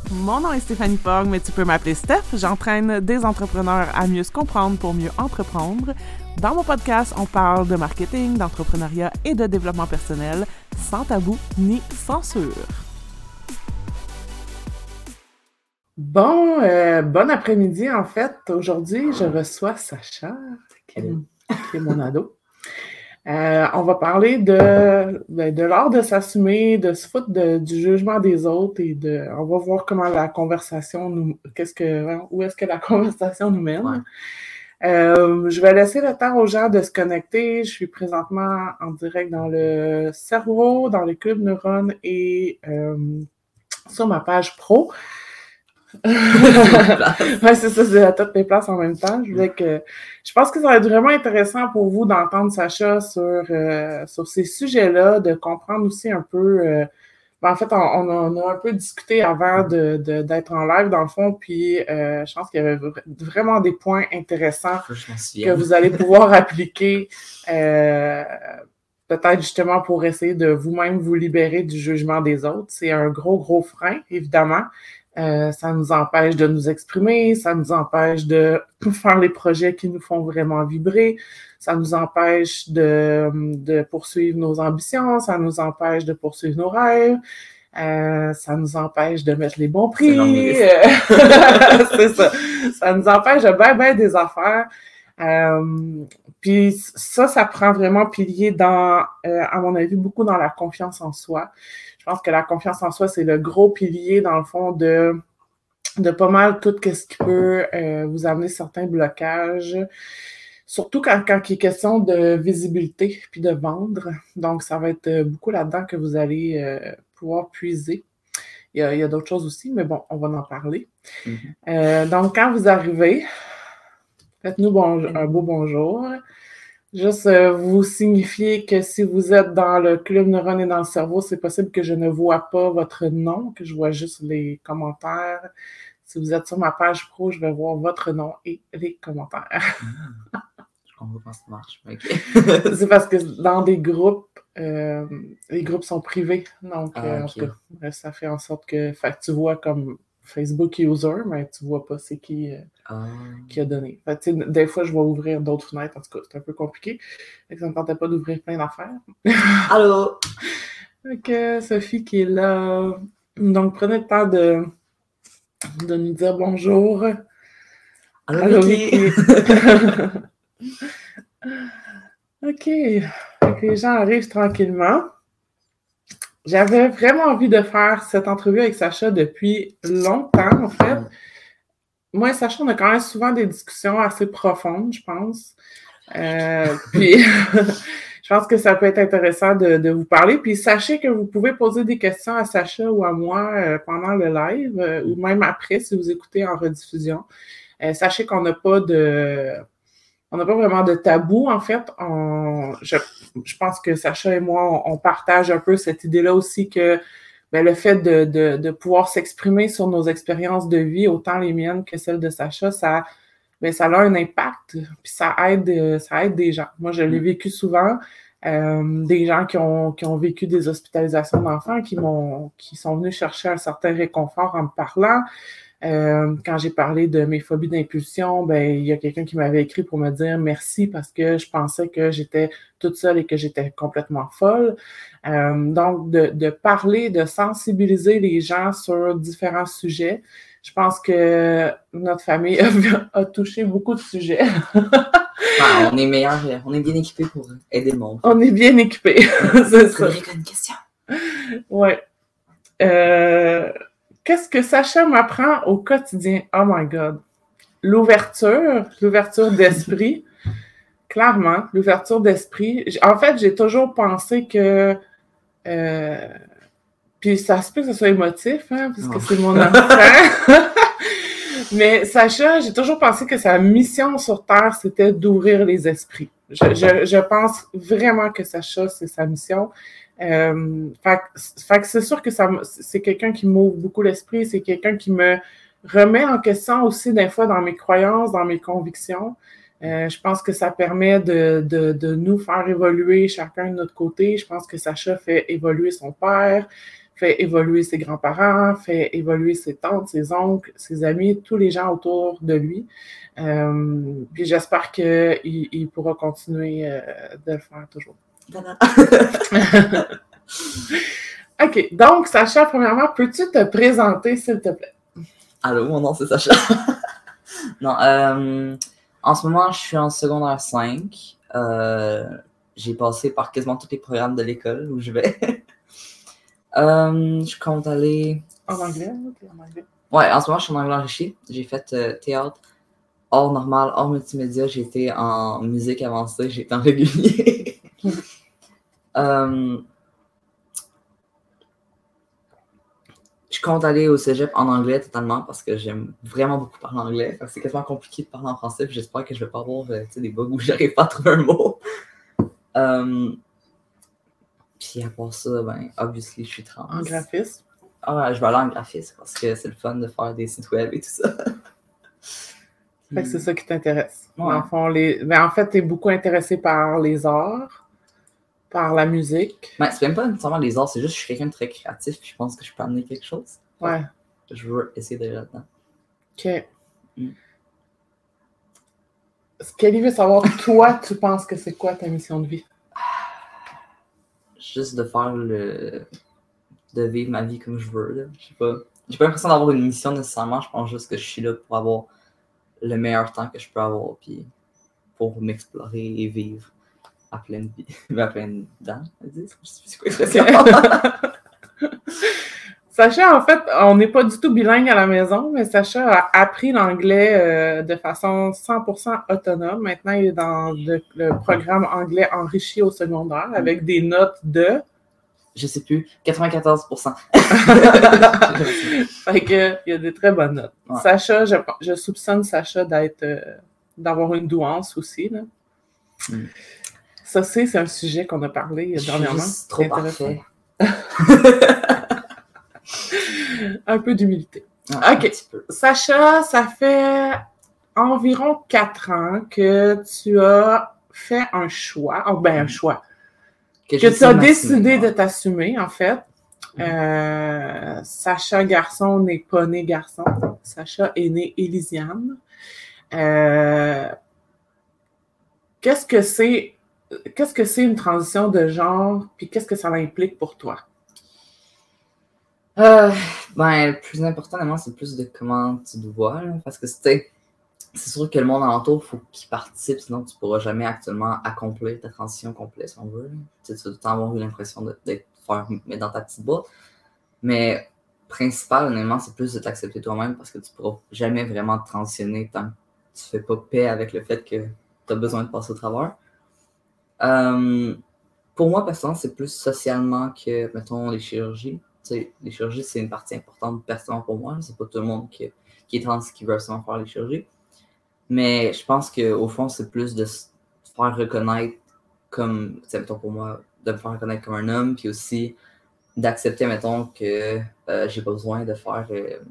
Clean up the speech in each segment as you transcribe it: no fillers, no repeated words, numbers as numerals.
Mon nom est Stéphanie Fogg, mais tu peux m'appeler Steph. J'entraîne des entrepreneurs à mieux se comprendre pour mieux entreprendre. Dans mon podcast, on parle de marketing, d'entrepreneuriat et de développement personnel, sans tabou ni censure. Bon après-midi, en fait. Aujourd'hui, je reçois Sacha, qui est mon ado. On va parler de l'art de s'assumer, de se foutre du jugement des autres et on va voir comment la conversation où est-ce que la conversation nous mène. Ouais. Je vais laisser le temps aux gens de se connecter. Je suis présentement en direct dans le cerveau, dans les clubs neurones et sur ma page pro. Ouais, c'est ça, c'est à toutes les places en même temps. Je pense que ça va être vraiment intéressant pour vous d'entendre Sacha sur ces sujets-là, de comprendre aussi un peu. En fait, on a un peu discuté avant d'être en live, dans le fond, puis je pense qu'il y avait vraiment des points intéressants que vous allez pouvoir appliquer, peut-être justement pour essayer de vous-même vous libérer du jugement des autres. C'est un gros frein, évidemment. Ça nous empêche de nous exprimer, ça nous empêche de faire les projets qui nous font vraiment vibrer, ça nous empêche de poursuivre nos ambitions, ça nous empêche de poursuivre nos rêves, ça nous empêche de mettre les bons prix, c'est ça. Ça nous empêche de ben des affaires. Puis ça prend vraiment pilier à mon avis, beaucoup dans la confiance en soi. Je pense que la confiance en soi, c'est le gros pilier, dans le fond, de pas mal tout ce qui peut vous amener certains blocages, surtout quand il est question de visibilité puis de vendre. Donc, ça va être beaucoup là-dedans que vous allez pouvoir puiser. Il y a d'autres choses aussi, mais bon, on va en parler. Mm-hmm. Donc, quand vous arrivez, faites-nous un beau bonjour. Juste vous signifier que si vous êtes dans le club Neurones et dans le cerveau, c'est possible que je ne vois pas votre nom, que je vois juste les commentaires. Si vous êtes sur ma page pro, je vais voir votre nom et les commentaires. Je comprends pas, ça marche. Okay. C'est parce que dans des groupes, les groupes sont privés. Donc, en tout cas, ça fait en sorte que tu vois comme Facebook user, mais tu vois pas c'est qui a donné. Fait, des fois, je vais ouvrir d'autres fenêtres. En tout cas, c'est un peu compliqué. Fait que ça ne me tentait pas d'ouvrir plein d'affaires. Allô? Ok, Sophie qui est là. Donc, prenez le temps de nous dire bonjour. Allô, Vicky. Ok. Donc, les gens arrivent tranquillement. J'avais vraiment envie de faire cette entrevue avec Sacha depuis longtemps, en fait. Moi et Sacha, on a quand même souvent des discussions assez profondes, je pense. Puis, je pense que ça peut être intéressant de vous parler. Puis, sachez que vous pouvez poser des questions à Sacha ou à moi pendant le live ou même après si vous écoutez en rediffusion. Sachez qu'on n'a pas vraiment de tabou, en fait. Je pense que Sacha et moi, on partage un peu cette idée-là aussi que le fait de pouvoir s'exprimer sur nos expériences de vie, autant les miennes que celles de Sacha, ça a un impact, puis ça aide des gens. Moi, je l'ai vécu souvent. Des gens qui ont vécu des hospitalisations d'enfants, qui sont venus chercher un certain réconfort en me parlant. Quand j'ai parlé de mes phobies d'impulsion, il y a quelqu'un qui m'avait écrit pour me dire merci parce que je pensais que j'étais toute seule et que j'étais complètement folle. Donc, de parler, de sensibiliser les gens sur différents sujets. Je pense que notre famille a touché beaucoup de sujets. On est meilleurs, on est bien équipés pour aider le monde. On est bien équipés, c'est ça. J'ai une question. Ouais. Qu'est-ce que Sacha m'apprend au quotidien? Oh my God! L'ouverture d'esprit. Clairement, l'ouverture d'esprit. En fait, j'ai toujours pensé que... puis ça se peut que ce soit émotif, hein, parce que c'est mon enfant. Mais Sacha, j'ai toujours pensé que sa mission sur Terre, c'était d'ouvrir les esprits. Je pense vraiment que Sacha, c'est sa mission. Fait que c'est sûr que c'est quelqu'un qui m'ouvre beaucoup l'esprit, c'est quelqu'un qui me remet en question aussi des fois dans mes croyances, dans mes convictions. Je pense que ça permet de nous faire évoluer chacun de notre côté. Je pense que Sacha fait évoluer son père, fait évoluer ses grands-parents, fait évoluer ses tantes, ses oncles, ses amis, tous les gens autour de lui. Puis j'espère qu'il pourra continuer de le faire toujours. OK, donc Sacha, premièrement, peux-tu te présenter, s'il te plaît? Allô, mon nom c'est Sacha. Non, en ce moment, je suis en secondaire 5. J'ai passé par quasiment tous les programmes de l'école où je vais. Je compte aller... En anglais? Okay, en anglais. Ouais, en ce moment, je suis en anglais enrichi. J'ai fait théâtre, hors normal, hors multimédia. J'ai été en musique avancée, j'ai été en régulier. Je compte aller au cégep en anglais totalement parce que j'aime vraiment beaucoup parler anglais. C'est quasiment compliqué de parler en français, puis j'espère que je vais pas avoir des bugs où j'arrive pas à trouver un mot. Puis à part ça, ben, obviously, je suis trans. En graphisme? Ah, je vais aller en graphisme parce que c'est le fun de faire des sites web et tout ça. Fait que c'est ça qui t'intéresse. Ouais. En fait, tu es beaucoup intéressé par les arts, par la musique. Ben, c'est même pas nécessairement les arts, c'est juste que je suis quelqu'un de très créatif puis je pense que je peux amener quelque chose. Ouais. Je veux essayer d'aller là-dedans. OK. Ce qu'Ellie veut savoir, toi, tu penses que c'est quoi ta mission de vie? Juste de faire de vivre ma vie comme je veux. Là. J'ai pas l'impression d'avoir une mission nécessairement. Je pense juste que je suis là pour avoir le meilleur temps que je peux avoir, puis pour m'explorer et vivre à pleine vie. À pleine dents, je sais plus c'est quoi l'expression. Sacha, en fait, on n'est pas du tout bilingue à la maison, mais Sacha a appris l'anglais de façon 100% autonome. Maintenant, il est dans le programme anglais enrichi au secondaire avec des notes de... Je sais plus, 94%. Fait que, il y a des très bonnes notes. Ouais. Sacha, je soupçonne Sacha d'avoir une douance aussi. Là. Ça, c'est un sujet qu'on a parlé dernièrement. C'est trop parfait. Un peu d'humilité. OK. Sacha, ça fait environ 4 ans que tu as fait un choix. Un choix. Que tu as décidé de t'assumer, en fait. Sacha garçon n'est pas né garçon. Sacha est né Élisiane. Qu'est-ce que c'est une transition de genre, puis qu'est-ce que ça implique pour toi? Le plus important, c'est plus de comment tu te vois, là, parce que c'est sûr que le monde alentour, il faut qu'il participe, sinon tu ne pourras jamais actuellement accomplir ta transition complète, si on veut. Tu vas tout le temps avoir eu l'impression d'être mais dans ta petite boîte. Mais principal, honnêtement, c'est plus de t'accepter toi-même parce que tu ne pourras jamais vraiment te transitionner tant que tu ne fais pas paix avec le fait que tu as besoin de passer au travers. Pour moi, personnellement, c'est plus socialement que, mettons, les chirurgies. Les chirurgies, c'est une partie importante personnellement pour moi. C'est pas tout le monde qui est trans qui veut absolument faire les chirurgies. Mais je pense qu'au fond, c'est plus de se faire reconnaître comme, mettons pour moi, de me faire reconnaître comme un homme, puis aussi d'accepter, mettons, que j'ai pas besoin de faire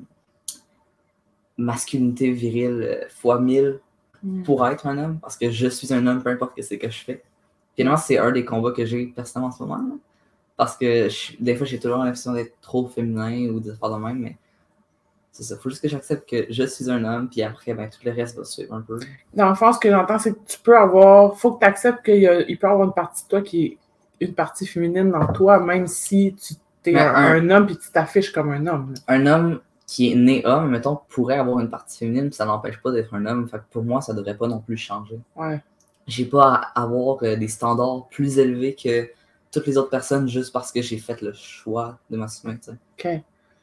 masculinité virile fois 1000 pour être un homme, parce que je suis un homme, peu importe ce que je fais. Finalement, c'est un des combats que j'ai personnellement en ce moment, là. Parce que des fois, j'ai toujours l'impression d'être trop féminin ou de faire de même, mais c'est ça. Il faut juste que j'accepte que je suis un homme, puis après, tout le reste va suivre un peu. Dans le fond, ce que j'entends, c'est que faut que tu acceptes qu'il peut y avoir une partie de toi qui est une partie féminine dans toi, même si tu es un homme puis tu t'affiches comme un homme. Là. Un homme qui est né homme, mettons, pourrait avoir une partie féminine, puis ça n'empêche pas d'être un homme. Fait que pour moi, ça devrait pas non plus changer. Ouais. J'ai pas à avoir des standards plus élevés que toutes les autres personnes juste parce que j'ai fait le choix de m'assumer, tu sais.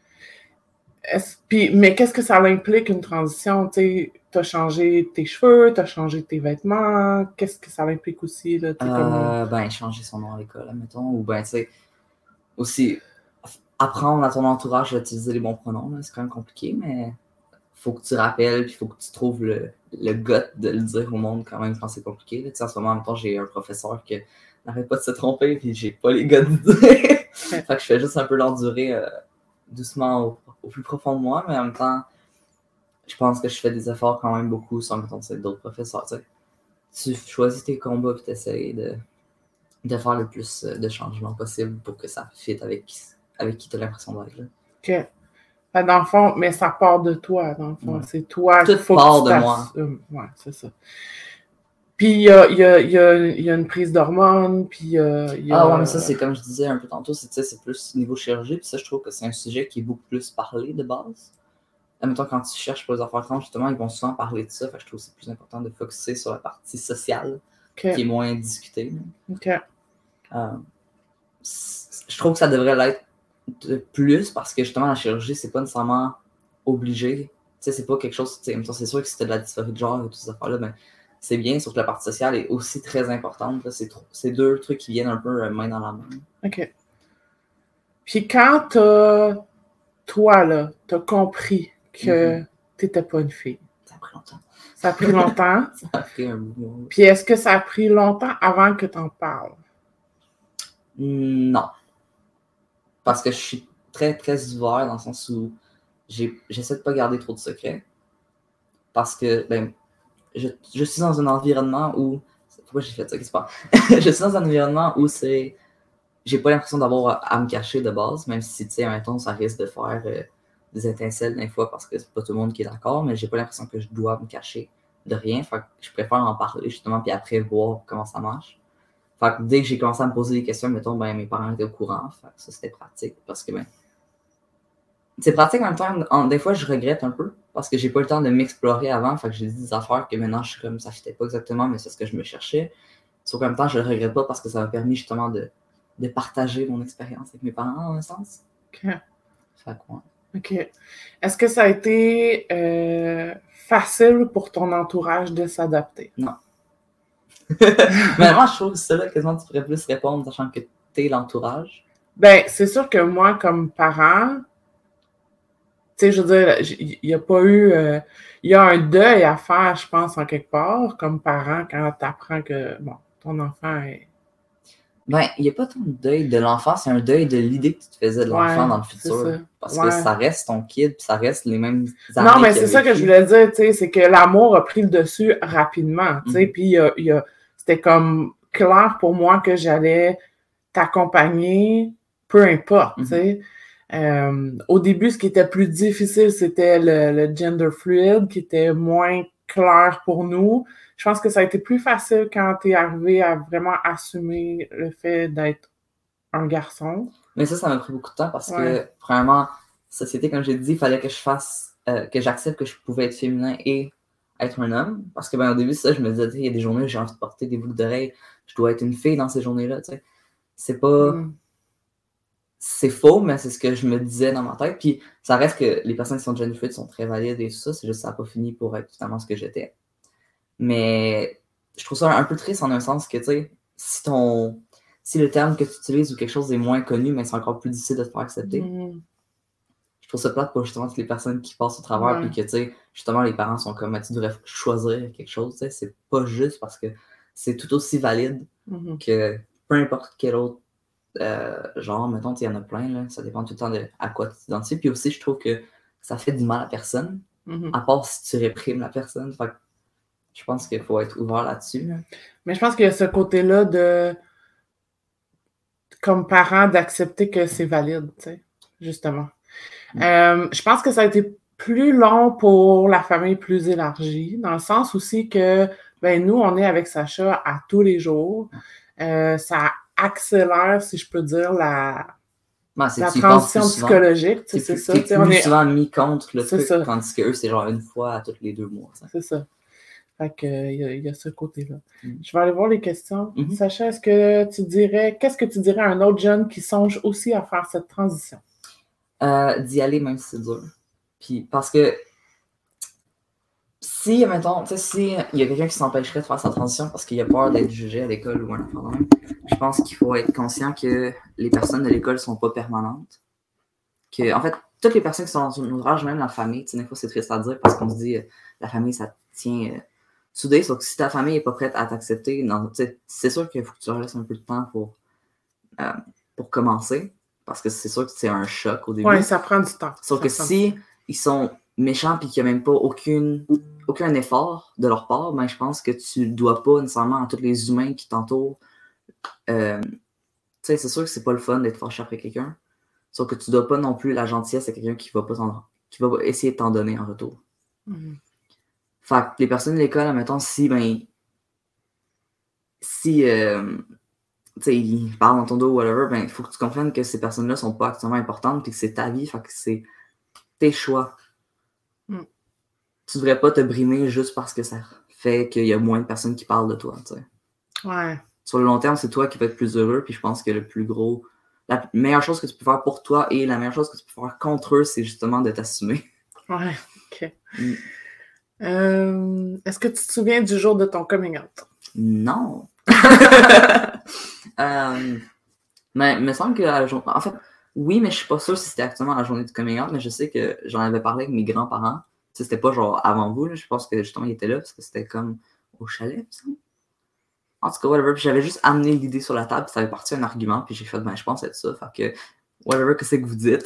OK. Mais qu'est-ce que ça implique, une transition? Tu as changé tes cheveux, tu as changé tes vêtements. Qu'est-ce que ça implique aussi? Là, changer son nom à l'école, mettons. Ou tu sais, aussi apprendre à ton entourage à utiliser les bons pronoms. Là, c'est quand même compliqué, mais faut que tu rappelles, puis faut que tu trouves le gut de le dire au monde quand même quand c'est compliqué. Là. Tu sais, en ce moment, en même temps, j'ai un professeur qui n'arrête pas de se tromper, puis j'ai pas les gars de dire. Fait que je fais juste un peu l'endurer doucement au plus profond de moi, mais en même temps, je pense que je fais des efforts quand même beaucoup sans mettons d'autres professeurs. Tu choisis tes combats et tu essaies de faire le plus de changements possible pour que ça fitte avec avec qui tu as l'impression d'être. Là. OK. Dans le fond, mais ça part de toi, dans le fond. Ouais. C'est toi. Tout part de moi. Ouais, c'est ça. Puis il y a une prise d'hormones, puis il y a... Ah ouais, mais ça, c'est comme je disais un peu tantôt, c'est plus niveau chirurgie, puis ça, je trouve que c'est un sujet qui est beaucoup plus parlé de base. Admettons, quand tu cherches pour les affaires trans, justement, ils vont souvent parler de ça, fait que je trouve que c'est plus important de focusser sur la partie sociale, qui est moins discutée. OK. Je trouve que ça devrait l'être de plus, parce que justement, la chirurgie, c'est pas nécessairement obligé. Tu sais, c'est pas quelque chose, c'est sûr que si t'as de la dysphorie de genre et toutes ces affaires-là, ben, c'est bien, sauf que la partie sociale est aussi très importante. Là. C'est deux trucs qui viennent un peu main dans la main. OK. Puis quand toi, là, t'as compris que t'étais pas une fille. Ça a pris longtemps. Ça a pris longtemps? Ça a pris un bout. Puis est-ce que ça a pris longtemps avant que t'en parles? Non. Parce que je suis très, très ouvert dans le sens où j'essaie de pas garder trop de secrets. Parce que, ben, je suis dans un environnement où... Pourquoi j'ai fait ça? Qu'est-ce que c'est pas? Je suis dans un environnement où c'est... J'ai pas l'impression d'avoir à me cacher de base, même si, tu sais, mettons, ça risque de faire des étincelles des fois parce que c'est pas tout le monde qui est d'accord, mais j'ai pas l'impression que je dois me cacher de rien. Fait que je préfère en parler, justement, puis après voir comment ça marche. Fait que dès que j'ai commencé à me poser des questions, mettons, ben, mes parents étaient au courant. Fait que ça, c'était pratique parce que, ben... C'est pratique en même temps. Des fois, je regrette un peu parce que j'ai pas eu le temps de m'explorer avant. Fait que j'ai dit des affaires que maintenant, je suis comme ça fitait pas exactement, mais c'est ce que je me cherchais. Sauf qu'en même temps, je le regrette pas parce que ça m'a permis justement de partager mon expérience avec mes parents, dans un sens. OK. Fait quoi. OK. Est-ce que ça a été facile pour ton entourage de s'adapter? Non. Mais moi, je trouve que c'est là, quasiment, tu pourrais plus répondre, sachant que t'es l'entourage. Ben, c'est sûr que moi, comme parent, tu sais, je veux dire, il n'y a pas eu... il y a un deuil à faire, je pense, en quelque part, comme parent, quand tu apprends que, bon, ton enfant est... Ben, il n'y a pas tant de deuil de l'enfant, c'est un deuil de l'idée que tu te faisais de l'enfant dans le futur. Parce que ça reste ton kid, puis ça reste les mêmes années. Non, mais c'est ça que je voulais dire, tu sais, c'est que l'amour a pris le dessus rapidement, tu sais, puis c'était comme clair pour moi que j'allais t'accompagner, peu importe, tu sais. Au début, ce qui était plus difficile, c'était le gender fluid, qui était moins clair pour nous. Je pense que ça a été plus facile quand t'es arrivé à vraiment assumer le fait d'être un garçon. Mais ça m'a pris beaucoup de temps parce que, premièrement, société, comme j'ai dit, il fallait que je fasse, que j'accepte que je pouvais être féminin et être un homme. Parce que, ben, au début, ça, je me disais, il y a des journées où j'ai envie de porter des boucles d'oreilles, je dois être une fille dans ces journées-là, tu sais. C'est pas... C'est faux, mais c'est ce que je me disais dans ma tête. Puis ça reste que les personnes qui sont gender fluid sont très valides et tout ça. C'est juste que ça n'a pas fini pour être finalement ce que j'étais. Mais je trouve ça un peu triste en un sens que, tu sais, si le terme que tu utilises ou quelque chose est moins connu, mais c'est encore plus difficile de te faire accepter. Je trouve ça plate pour justement toutes les personnes qui passent au travers puis que, tu sais, justement, les parents sont comme, tu devrais choisir quelque chose, tu sais. C'est pas juste parce que c'est tout aussi valide que peu importe quel autre genre, mettons, il y en a plein, là, ça dépend tout le temps de à quoi tu t'identifies. Puis aussi, je trouve que ça fait du mal à personne, à part si tu réprimes la personne. Fait que je pense qu'il faut être ouvert là-dessus. Là. Mais je pense qu'il y a ce côté-là de, comme parent, d'accepter que c'est valide, tu sais, justement. Je pense que ça a été plus long pour la famille plus élargie, dans le sens aussi que, ben, nous, on est avec Sacha à tous les jours. Ça accélère, si je peux dire, la transition psychologique. C'est ça. On est souvent mis contre le truc, tandis qu'eux, c'est genre une fois à tous les 2 mois. C'est ça. Fait que, il y a ce côté-là. Je vais aller voir les questions. Sacha, qu'est-ce que tu dirais à un autre jeune qui songe aussi à faire cette transition? D'y aller même si c'est dur. Puis parce que si, mettons, s'il y a quelqu'un qui s'empêcherait de faire sa transition parce qu'il a peur d'être jugé à l'école ou un enfant, je pense qu'il faut être conscient que les personnes de l'école sont pas permanentes. Que, en fait, toutes les personnes qui sont dans son ouvrage, même la famille, des fois c'est triste à dire parce qu'on se dit la famille, ça tient soudé, sauf que si ta famille n'est pas prête à t'accepter, c'est sûr qu'il faut que tu leur laisses un peu de temps pour commencer. Parce que c'est sûr que c'est un choc au début. Oui, ça prend du temps. Sauf que si ils sont méchants et qu'il n'y a même pas aucun effort de leur part, ben je pense que tu ne dois pas nécessairement à tous les humains qui t'entourent. C'est sûr que c'est pas le fun d'être fâché après quelqu'un. Sauf que tu dois pas non plus la gentillesse à quelqu'un qui va essayer de t'en donner en retour. Mm. Fait que les personnes de l'école, admettons, si tu sais, ils parlent dans ton dos ou whatever, ben, il faut que tu comprennes que ces personnes-là sont pas actuellement importantes, puis que c'est ta vie, fait que c'est tes choix. Mm. Tu devrais pas te brimer juste parce que ça fait qu'il y a moins de personnes qui parlent de toi, tu sais. Ouais. Sur le long terme, c'est toi qui vas être plus heureux, puis je pense que la meilleure chose que tu peux faire pour toi et la meilleure chose que tu peux faire contre eux, c'est justement de t'assumer. Ouais, ok. Est-ce que tu te souviens du jour de ton coming out? Non. Mais il me semble que la journée... En fait, oui, mais je suis pas sûre si c'était actuellement la journée du coming out, mais je sais que j'en avais parlé avec mes grands-parents. Tu sais, c'était pas genre avant vous, là. Je pense que justement, ils étaient là, parce que c'était comme au chalet, ça. En tout cas, whatever. Puis j'avais juste amené l'idée sur la table, puis ça avait parti un argument, puis j'ai fait, ben, je pense être ça. Fait que, whatever que c'est que vous dites.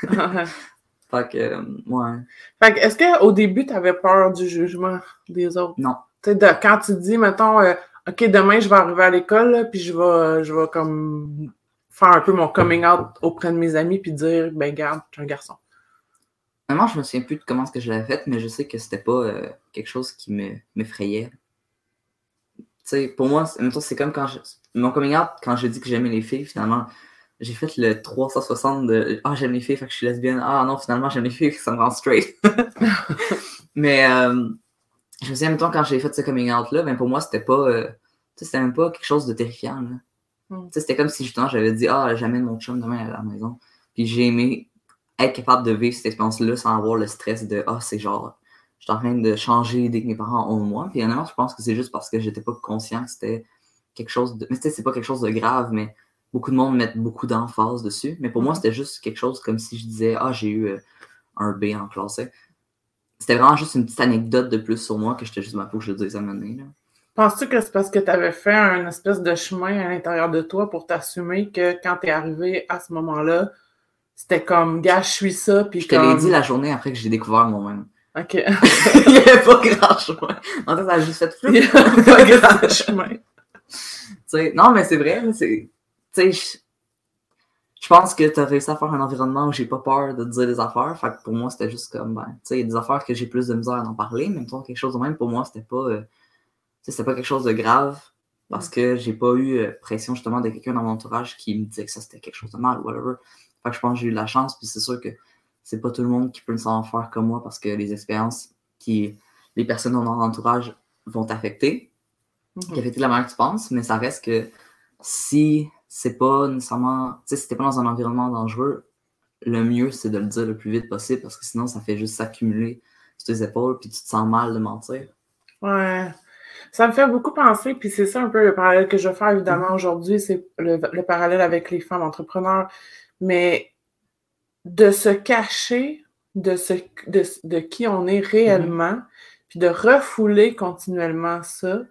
Fait que, ouais. Fait que, est-ce qu'au début, t'avais peur du jugement des autres? Non. Tu sais, quand tu te dis, mettons, OK, demain, je vais arriver à l'école, là, puis je vais comme faire un peu mon coming out auprès de mes amis, puis dire, ben, garde, je suis un garçon. Vraiment, je me souviens plus de comment ce que je l'avais fait, mais je sais que c'était pas quelque chose qui m'effrayait. Tu sais, pour moi, c'est comme quand mon coming out, quand j'ai dit que j'aimais les filles, finalement, j'ai fait le 360 de « Ah, j'aime les filles, fait que je suis lesbienne. Ah non, finalement, j'aime les filles, ça me rend straight. » Mais je me souviens, mettons, quand j'ai fait ce coming out-là, ben pour moi, c'était pas... tu sais, c'était même pas quelque chose de terrifiant, là. Tu sais, c'était comme si, justement, j'avais dit « Ah, j'amène mon chum demain à la maison. » Puis j'ai aimé être capable de vivre cette expérience-là sans avoir le stress de « Ah, c'est genre... Je suis en train de changer l'idée que mes parents ont de moi. » Puis honnêtement, je pense que c'est juste parce que j'étais pas conscient que c'était quelque chose de... Mais tu sais, c'est pas quelque chose de grave, mais beaucoup de monde met beaucoup d'emphase dessus. Mais pour moi, c'était juste quelque chose comme si je disais « Ah, j'ai eu un B en classe. » C'était vraiment juste une petite anecdote de plus sur moi que j'étais juste, ben, faut que je le dise à un moment donné, là. Penses-tu que c'est parce que tu avais fait un espèce de chemin à l'intérieur de toi pour t'assumer que quand t'es arrivé à ce moment-là, c'était comme, gars, je suis ça, puis je te l'ai dit la journée après que j'ai découvert moi-même. OK. Il n'y avait pas grand chemin. En fait, ça a juste fait flou. Il n'y avait pas grand chemin. T'sais, non, mais c'est vrai, tu sais, je pense que tu as réussi à faire un environnement où j'ai pas peur de te dire des affaires. Fait que pour moi, c'était juste comme, ben, tu sais, il y a des affaires que j'ai plus de misère à en parler, mais mettons, quelque chose de même, pour moi, c'était pas quelque chose de grave parce que j'ai pas eu pression justement de quelqu'un dans mon entourage qui me disait que ça c'était quelque chose de mal ou whatever. Fait que je pense que j'ai eu de la chance, puis c'est sûr que c'est pas tout le monde qui peut s'en faire comme moi parce que les expériences qui les personnes dans mon entourage vont t'affecter, qui affectent la manière que tu penses, mais ça reste que si c'est pas nécessairement, tu sais, si t'es pas dans un environnement dangereux, le mieux c'est de le dire le plus vite possible parce que sinon ça fait juste s'accumuler sur tes épaules puis tu te sens mal de mentir. Ouais. Ça me fait beaucoup penser, puis c'est ça un peu le parallèle que je veux faire évidemment aujourd'hui, c'est le parallèle avec les femmes entrepreneurs, mais de se cacher de qui on est réellement, puis de refouler continuellement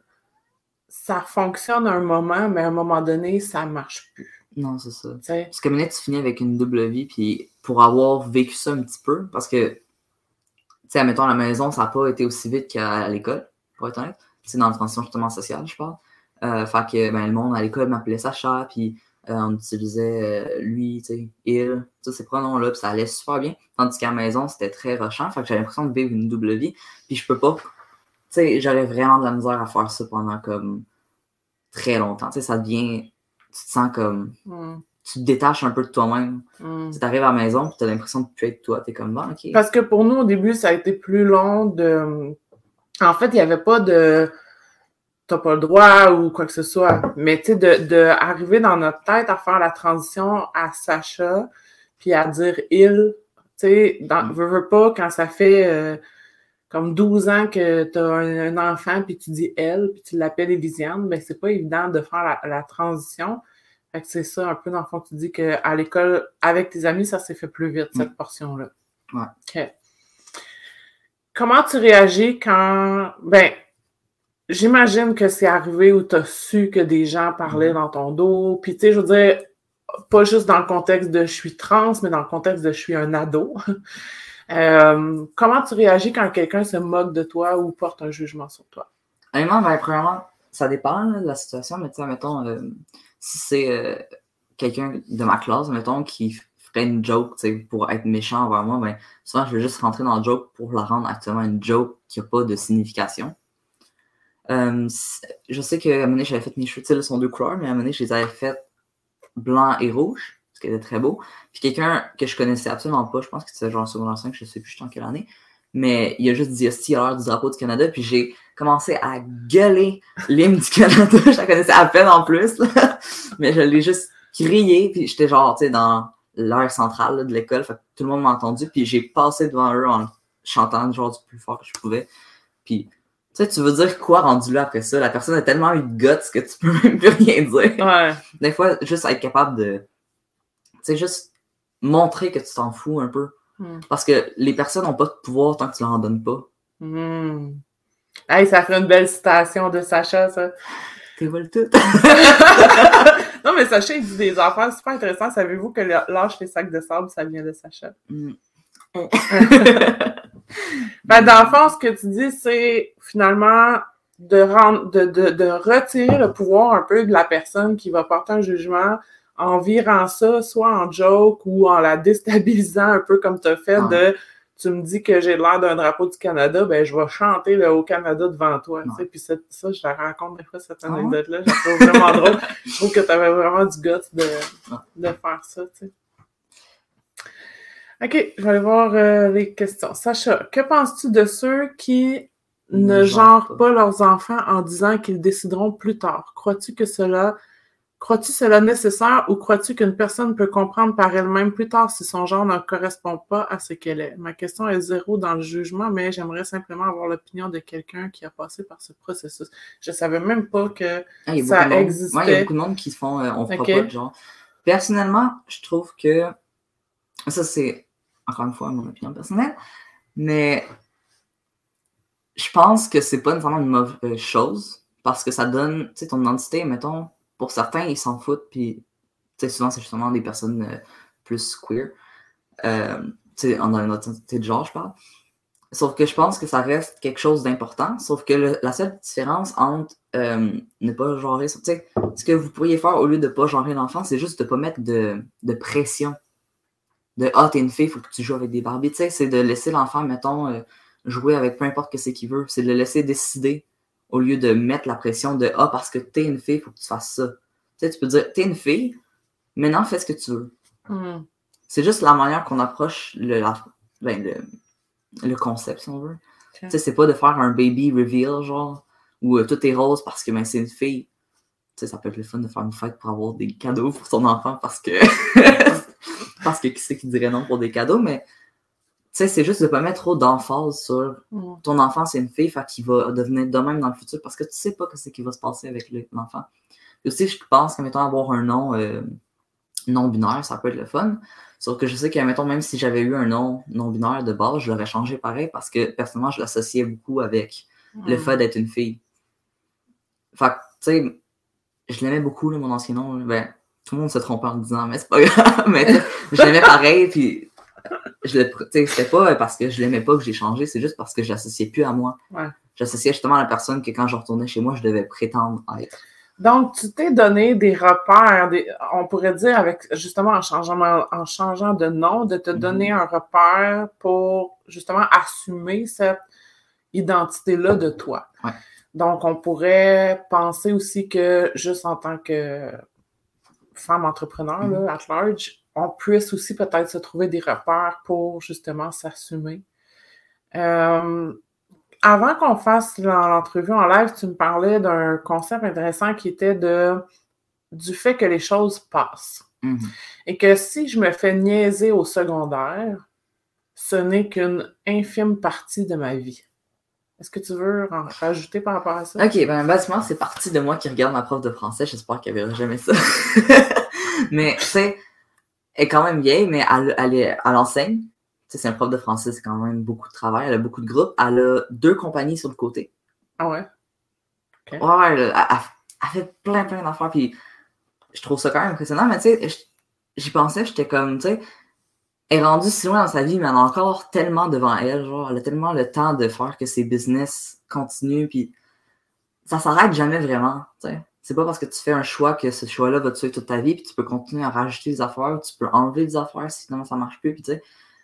ça fonctionne un moment, mais à un moment donné, ça marche plus. Non, c'est ça. T'sais? Parce que maintenant, tu finis avec une double vie, puis pour avoir vécu ça un petit peu, parce que, tu sais, admettons, à la maison, ça n'a pas été aussi vite qu'à l'école, pour être honnête. C'est dans la transition justement sociale, je parle. Fait que, ben, le monde à l'école m'appelait Sacha, puis on utilisait lui, tu sais, il, ces pronoms-là, puis ça allait super bien. Tandis qu'à la maison, c'était très rushant, fait que j'avais l'impression de vivre une double vie, puis je peux pas, tu sais, j'aurais vraiment de la misère à faire ça pendant comme très longtemps. Tu sais, ça devient, tu te sens comme, tu te détaches un peu de toi-même. Tu arrives à la maison, puis tu as l'impression de plus être toi. Tu es comme, bon, OK. Parce que pour nous, au début, ça a été plus long de... En fait, il n'y avait pas de... T'as pas le droit ou quoi que ce soit. Mais tu sais, de arriver dans notre tête à faire la transition à Sacha, puis à dire il, tu sais, veux pas, quand ça fait comme 12 ans que t'as un enfant, puis tu dis elle, puis tu l'appelles Élisiane, ben c'est pas évident de faire la transition. Fait que c'est ça, un peu dans le fond, tu dis qu'à l'école, avec tes amis, ça s'est fait plus vite, cette portion-là. Ouais. OK. Comment tu réagis quand... Ben, j'imagine que c'est arrivé où tu as su que des gens parlaient dans ton dos. Puis, tu sais, je veux dire, pas juste dans le contexte de je suis trans, mais dans le contexte de je suis un ado. Comment tu réagis quand quelqu'un se moque de toi ou porte un jugement sur toi? Honnêtement, ben, premièrement, ça dépend là, de la situation, mais tu sais, mettons, si c'est quelqu'un de ma classe, mettons, qui ferais une joke, tu sais, pour être méchant envers moi, ben, souvent, je vais juste rentrer dans la joke pour la rendre actuellement une joke qui n'a pas de signification. Je sais qu'à un moment donné, j'avais fait mes cheveux, tu sais, là, sont 2 couleurs, mais à un moment donné, je les avais fait blanc et rouge, ce qui était très beau. Puis quelqu'un que je connaissais absolument pas, je pense que c'était genre en secondaire 5, je sais plus en quelle année, mais il a juste dit hostie à l'heure du drapeau du Canada, puis j'ai commencé à gueuler l'hymne du Canada, je la connaissais à peine en plus, là. Mais je l'ai juste crié, puis j'étais genre, tu sais, dans l'aire centrale là, de l'école, fait que tout le monde m'a entendu, puis j'ai passé devant eux en chantant genre du plus fort que je pouvais. Puis, tu sais, tu veux dire quoi rendu là après ça? La personne a tellement eu de guts que tu peux même plus rien dire. Ouais. Des fois, juste être capable de, tu sais, juste montrer que tu t'en fous un peu. Parce que les personnes n'ont pas de pouvoir tant que tu leur en donnes pas. Hey, ça ferait une belle citation de Sacha, ça. T'es vol tout. Non, mais Sacha, il dit des affaires super intéressantes. Savez-vous que lâche les sacs de sable, ça vient de Sacha? Ben, dans le fond, ce que tu dis, c'est finalement de retirer le pouvoir un peu de la personne qui va porter un jugement en virant ça, soit en joke ou en la déstabilisant un peu comme tu as fait tu me dis que j'ai l'air d'un drapeau du Canada, ben je vais chanter le Haut-Canada devant toi. Tu sais, puis ça, je la raconte des fois, cette anecdote-là. Je la trouve vraiment drôle. Je trouve que tu avais vraiment du guts de faire ça. Tu sais. OK, je vais aller voir les questions. Sacha, que penses-tu de ceux qui ne genrent pas leurs enfants en disant qu'ils décideront plus tard? Crois-tu cela nécessaire ou crois-tu qu'une personne peut comprendre par elle-même plus tard si son genre ne correspond pas à ce qu'elle est? Ma question est 0 dans le jugement, mais j'aimerais simplement avoir l'opinion de quelqu'un qui a passé par ce processus. Je savais même pas que ça existait. Il y a beaucoup de monde qui se font on fera pas de genre. Personnellement, je trouve que ça, c'est encore une fois mon opinion personnelle, mais je pense que c'est pas nécessairement une mauvaise chose parce que ça donne, tu sais, ton identité, mettons, pour certains, ils s'en foutent, puis souvent, c'est justement des personnes plus queer. Dans une autre identité de genre, je parle. Sauf que je pense que ça reste quelque chose d'important. Sauf que la seule différence entre ne pas genrer... Ce que vous pourriez faire au lieu de pas genrer l'enfant, c'est juste de pas mettre de pression. De « Ah, t'es une fille, faut que tu joues avec des Barbies. » C'est de laisser l'enfant, mettons, jouer avec peu importe ce qu'il veut. C'est de le laisser décider au lieu de mettre la pression de « Ah, parce que t'es une fille, faut que tu fasses ça. » Tu peux dire « T'es une fille, maintenant fais ce que tu veux. » C'est juste la manière qu'on approche le concept, si on veut. Okay. C'est pas de faire un baby reveal, genre, où tout est rose parce que c'est une fille. Ça peut être le fun de faire une fête pour avoir des cadeaux pour son enfant parce que parce que qui c'est qui dirait non pour des cadeaux, mais c'est juste de pas mettre trop d'emphase sur ton enfant, c'est une fille, fait qu'il va devenir de même dans le futur parce que tu sais pas ce qui va se passer avec l'enfant. Et aussi, je pense que, mettons, avoir un nom non-binaire, ça peut être le fun. Sauf que je sais que, mettons, même si j'avais eu un nom non-binaire de base, je l'aurais changé pareil parce que, personnellement, je l'associais beaucoup avec le fait d'être une fille. Fait que, tu sais, je l'aimais beaucoup, là, mon ancien nom. Ben, tout le monde se trompe en le disant, mais c'est pas grave. Mais je l'aimais pareil, puis c'était pas parce que je l'aimais pas que j'ai changé, c'est juste parce que je l'associais plus à moi. Ouais. J'associais justement à la personne que quand je retournais chez moi, je devais prétendre être. Donc, tu t'es donné des repères, on pourrait dire, avec justement en changeant de nom, de te donner un repère pour justement assumer cette identité-là de toi. Ouais. Donc, on pourrait penser aussi que juste en tant que femme entrepreneur, là, at large, on puisse aussi peut-être se trouver des repères pour justement s'assumer. Avant qu'on fasse l'entrevue en live, tu me parlais d'un concept intéressant qui était du fait que les choses passent. Et que si je me fais niaiser au secondaire, ce n'est qu'une infime partie de ma vie. Est-ce que tu veux en rajouter par rapport à ça? OK, basiquement, c'est partie de moi qui regarde ma prof de français. J'espère qu'elle verra jamais ça. Mais, tu sais, elle est quand même vieille, mais elle enseigne. C'est un prof de français, c'est quand même beaucoup de travail. Elle a beaucoup de groupes. Elle a 2 compagnies sur le côté. Ah ouais? Okay. Ouais, elle fait plein d'affaires. Puis je trouve ça quand même impressionnant. Mais tu sais, j'y pensais, j'étais comme, tu sais, elle est rendue si loin dans sa vie, mais elle a encore tellement devant elle. Genre, elle a tellement le temps de faire que ses business continuent. Puis ça s'arrête jamais vraiment. Tu sais, c'est pas parce que tu fais un choix que ce choix-là va te tuer toute ta vie, puis tu peux continuer à rajouter des affaires, tu peux enlever des affaires si finalement ça marche plus, puis tu sais.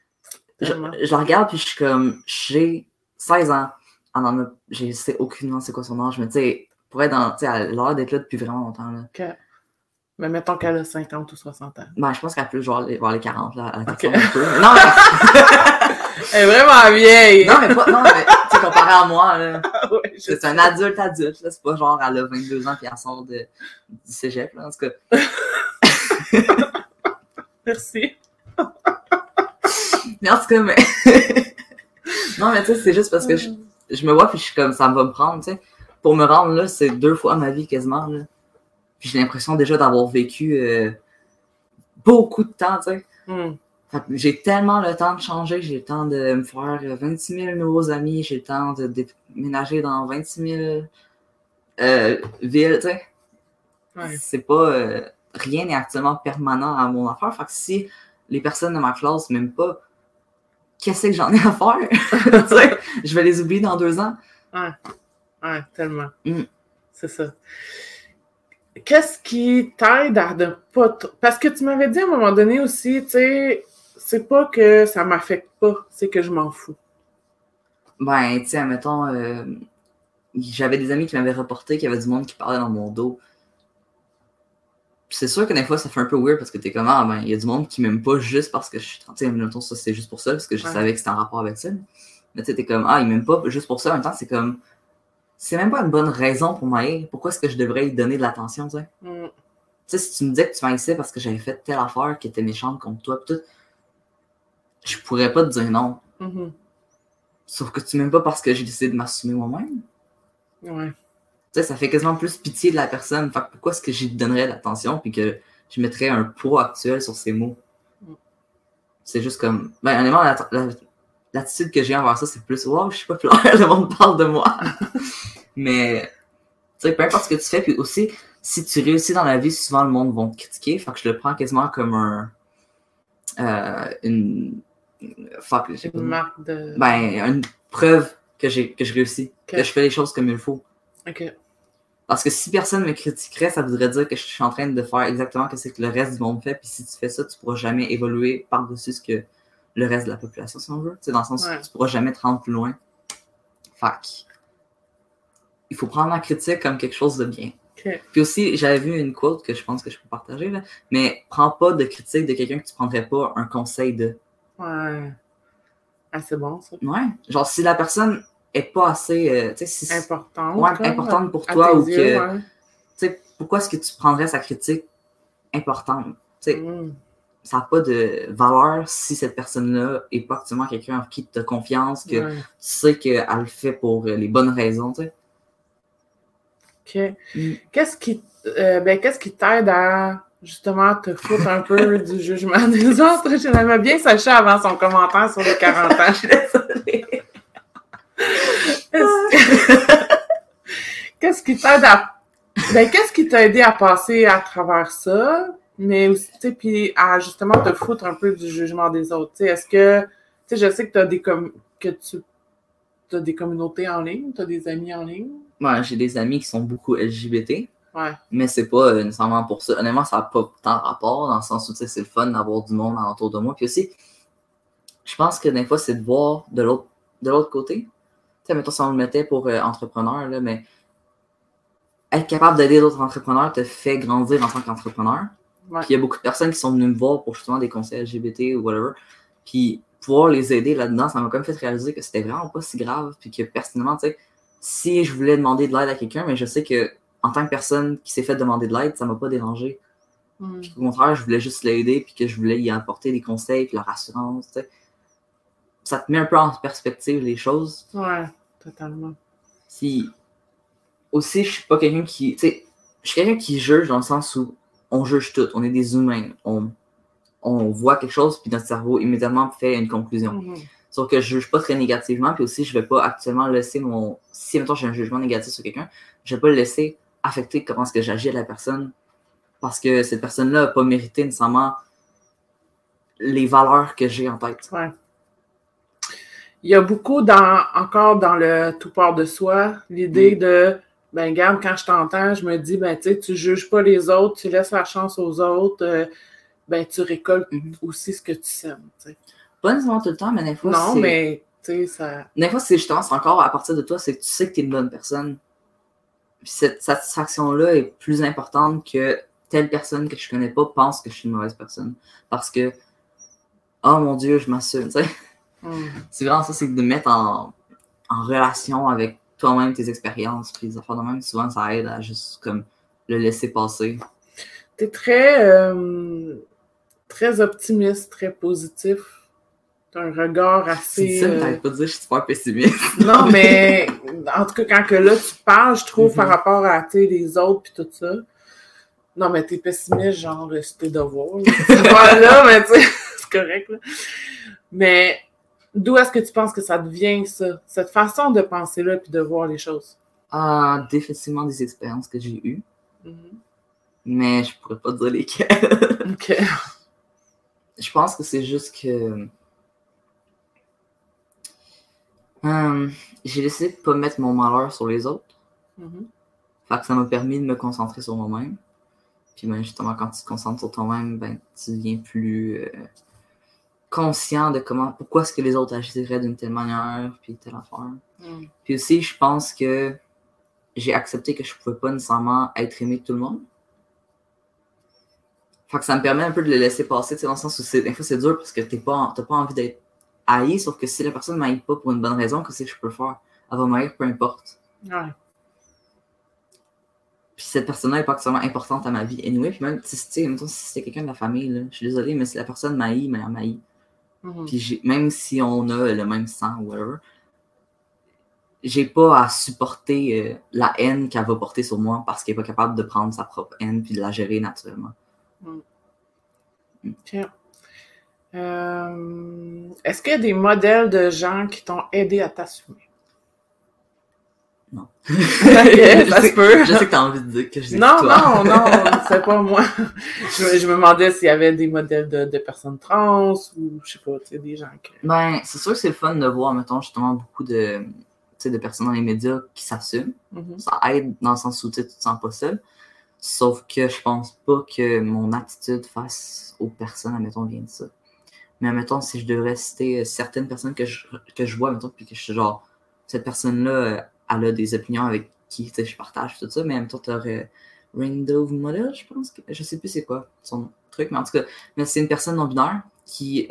Je la regarde, puis je suis comme, j'ai 16 ans, je sais aucunement c'est quoi son âge, mais tu sais, pour être à l'heure d'être là depuis vraiment longtemps, là. OK. Mais mettons qu'elle a 50 ou 60 ans. Ben, je pense qu'elle peut voir les 40, là, à la Okay. un peu. Non, mais... Elle est vraiment vieille! Non, mais tu sais, comparé à moi, là, Ouais, c'est un adulte, là, c'est pas genre, elle a 22 ans puis elle sort du cégep, là, en tout cas. Merci. Mais en tout cas, mais... non, mais tu sais, c'est juste parce que je me vois puis je suis comme, ça va me prendre, tu sais. Pour me rendre là, c'est 2 fois ma vie quasiment, là. Puis j'ai l'impression déjà d'avoir vécu beaucoup de temps, tu sais. Fait que j'ai tellement le temps de changer, j'ai le temps de me faire 26 000 nouveaux amis, j'ai le temps de déménager dans 26 000 villes, tu sais. Ouais. C'est pas... rien n'est actuellement permanent à mon affaire. Fait que si les personnes de ma classe m'aiment pas, qu'est-ce que j'en ai à faire? Tu sais, je vais les oublier dans 2 ans. Ouais, tellement. C'est ça. Qu'est-ce qui t'aide à ne pas... Parce que tu m'avais dit à un moment donné aussi, tu sais, c'est pas que ça m'affecte pas, c'est que je m'en fous. Ben, tu sais, admettons, j'avais des amis qui m'avaient reporté qu'il y avait du monde qui parlait dans mon dos. C'est sûr que des fois, ça fait un peu weird parce que t'es comme, ah, ben, il y a du monde qui m'aime pas juste parce que je suis... Tu sais, admettons, ça, c'est juste pour ça, parce que je savais que c'était en rapport avec ça. Mais tu sais, t'es comme, ah, il m'aime pas juste pour ça. En même temps, c'est comme... C'est même pas une bonne raison pour m'aider. Pourquoi est-ce que je devrais lui donner de l'attention, tu sais? Tu sais, si tu me disais que tu m'haïssais parce que j'avais fait telle affaire qui était méchante contre toi, pis tout, je pourrais pas te dire non. Sauf que tu m'aimes pas parce que j'ai décidé de m'assumer moi-même. Ouais. Tu sais, ça fait quasiment plus pitié de la personne. Fait que pourquoi est-ce que j'y donnerais de l'attention puis que je mettrais un poids actuel sur ces mots? C'est juste comme... Ben, honnêtement, l'attitude que j'ai envers ça, c'est plus « Wow, je suis populaire, le monde parle de moi! » Mais, tu sais, peu importe ce que tu fais, puis aussi, si tu réussis dans la vie, souvent le monde va te critiquer. Fait que je le prends quasiment comme une marque de... Ben, une preuve que je réussis, que je fais les choses comme il faut. OK. Parce que si personne me critiquerait, ça voudrait dire que je suis en train de faire exactement ce que le reste du monde fait, puis si tu fais ça, tu pourras jamais évoluer par-dessus ce que le reste de la population, si on veut. Tu sais, dans le sens où tu pourras jamais te rendre plus loin. Fait il faut prendre la critique comme quelque chose de bien. Okay. Puis aussi, j'avais vu une quote que je pense que je peux partager, là, mais prends pas de critique de quelqu'un que tu prendrais pas un conseil de. Ouais. Ah, c'est bon, ça. Ouais. Genre, si la personne est pas assez... importante. Ouais, importante pour toi ou que... Tu sais, pourquoi est-ce que tu prendrais sa critique importante? Tu sais, ça n'a pas de valeur si cette personne-là est pas actuellement quelqu'un en qui tu as confiance, que tu sais qu'elle le fait pour les bonnes raisons, tu sais. OK. Qu'est-ce qui t'aide à justement te foutre un peu du jugement des autres? Je l'aimais bien Sacha avant son commentaire sur les 40 ans. Je suis désolée. Qu'est-ce qui t'aide à... qu'est-ce qui t'a aidé à passer à travers ça? Mais aussi, tu sais, puis à justement te foutre un peu du jugement des autres. Tu sais, est-ce que... Tu sais, je sais que tu as des communautés en ligne, tu as des amis en ligne. Ouais, j'ai des amis qui sont beaucoup LGBT. Ouais. Mais c'est pas nécessairement pour ça. Honnêtement, ça n'a pas tant rapport, dans le sens où c'est le fun d'avoir du monde autour de moi. Puis aussi, je pense que des fois, c'est de voir de l'autre côté. Tu sais, mettons, si on le mettait pour entrepreneur, là, mais être capable d'aider d'autres entrepreneurs te fait grandir en tant qu'entrepreneur. Ouais. Puis il y a beaucoup de personnes qui sont venues me voir pour justement des conseils LGBT ou whatever. Puis pouvoir les aider là-dedans, ça m'a quand même fait réaliser que c'était vraiment pas si grave. Puis que personnellement, tu sais, si je voulais demander de l'aide à quelqu'un, mais je sais que en tant que personne qui s'est fait demander de l'aide, ça m'a pas dérangé. Puis, au contraire, je voulais juste l'aider, puis que je voulais y apporter des conseils, puis la rassurance, tu sais. Ça te met un peu en perspective les choses. Ouais, totalement. Puis, aussi, je suis pas quelqu'un qui... Tu sais, je suis quelqu'un qui juge dans le sens où on juge tout. On est des humains. On voit quelque chose, puis notre cerveau immédiatement fait une conclusion. Sauf que je juge pas très négativement, puis aussi, je vais pas actuellement laisser mon... Si, mettons, j'ai un jugement négatif sur quelqu'un, je vais pas le laisser affecter comment est-ce que j'agis à la personne, parce que cette personne-là n'a pas mérité nécessairement les valeurs que j'ai en tête. Ouais. Il y a beaucoup encore dans le tout part de soi, l'idée de ben regarde, quand je t'entends, je me dis, ben tu sais, tu juges pas les autres, tu laisses la chance aux autres, ben tu récoltes aussi ce que tu sèmes, tu sais. Pas nécessairement tout le temps, mais des fois, non, mais tu sais, ça... Des fois, c'est justement, c'est encore à partir de toi, c'est que tu sais que t'es une bonne personne. Puis cette satisfaction-là est plus importante que telle personne que je connais pas pense que je suis une mauvaise personne. Parce que, oh mon Dieu, je m'assume, tu sais. C'est vraiment ça, c'est de mettre en relation avec toi-même tes expériences, puis les affaires de même, souvent ça aide à juste comme le laisser passer. T'es très, très optimiste, très positif. T'as un regard assez... C'est ça, mais t'arrêtes pas de dire que je suis super pessimiste. non, mais en tout cas, quand que là, tu parles, je trouve, par rapport à les autres puis tout ça. Non, mais t'es pessimiste, genre, c'est tes devoirs. Là, mais tu sais, c'est correct, là. Mais d'où est-ce que tu penses que ça devient, ça? Cette façon de penser-là puis de voir les choses? Définitivement des expériences que j'ai eues. Mais je pourrais pas dire lesquelles. OK. Je pense que c'est juste que... j'ai décidé de pas mettre mon malheur sur les autres. Fait que ça m'a permis de me concentrer sur moi-même. Puis ben, justement, quand tu te concentres sur toi-même, ben, tu deviens plus conscient de pourquoi est-ce que les autres agiraient d'une telle manière, puis telle affaire. Puis aussi, je pense que j'ai accepté que je pouvais pas nécessairement être aimé de tout le monde. Fait que ça me permet un peu de le laisser passer, tu sais, dans le sens où des fois c'est dur parce que t'as pas envie d'être haï, sauf que si la personne m'haït pas pour une bonne raison, qu'est-ce que je peux faire? Elle va m'haïr, peu importe. Ouais. Puis cette personne-là n'est pas extrêmement importante à ma vie anyway. Puis même, tu sais, si c'est quelqu'un de la famille, là, je suis désolée, mais si la personne m'haït, mais elle m'haït. Puis même si on a le même sang ou whatever, j'ai pas à supporter la haine qu'elle va porter sur moi parce qu'elle est pas capable de prendre sa propre haine puis de la gérer naturellement. OK. Est-ce qu'il y a des modèles de gens qui t'ont aidé à t'assumer? Non. Okay, ça se peut. Je sais que t'as envie de dire que je dis non, toi. Non, c'est pas moi. je me demandais s'il y avait des modèles de personnes trans ou, je sais pas, tu sais, des gens que... Ben, c'est sûr que c'est le fun de voir, mettons, justement, beaucoup de personnes dans les médias qui s'assument. Ça aide dans le sens où tu te sens pas seul. Sauf que je pense pas que mon attitude face aux personnes, admettons, vient de ça. Mais admettons, si je devrais citer certaines personnes que je vois, admettons, puis que je suis genre, cette personne-là, elle a des opinions avec qui je partage tout ça, mais admettons, t'aurais Rindove Model, je pense, je sais plus c'est quoi son truc, mais en tout cas, mais c'est une personne non-binaire qui,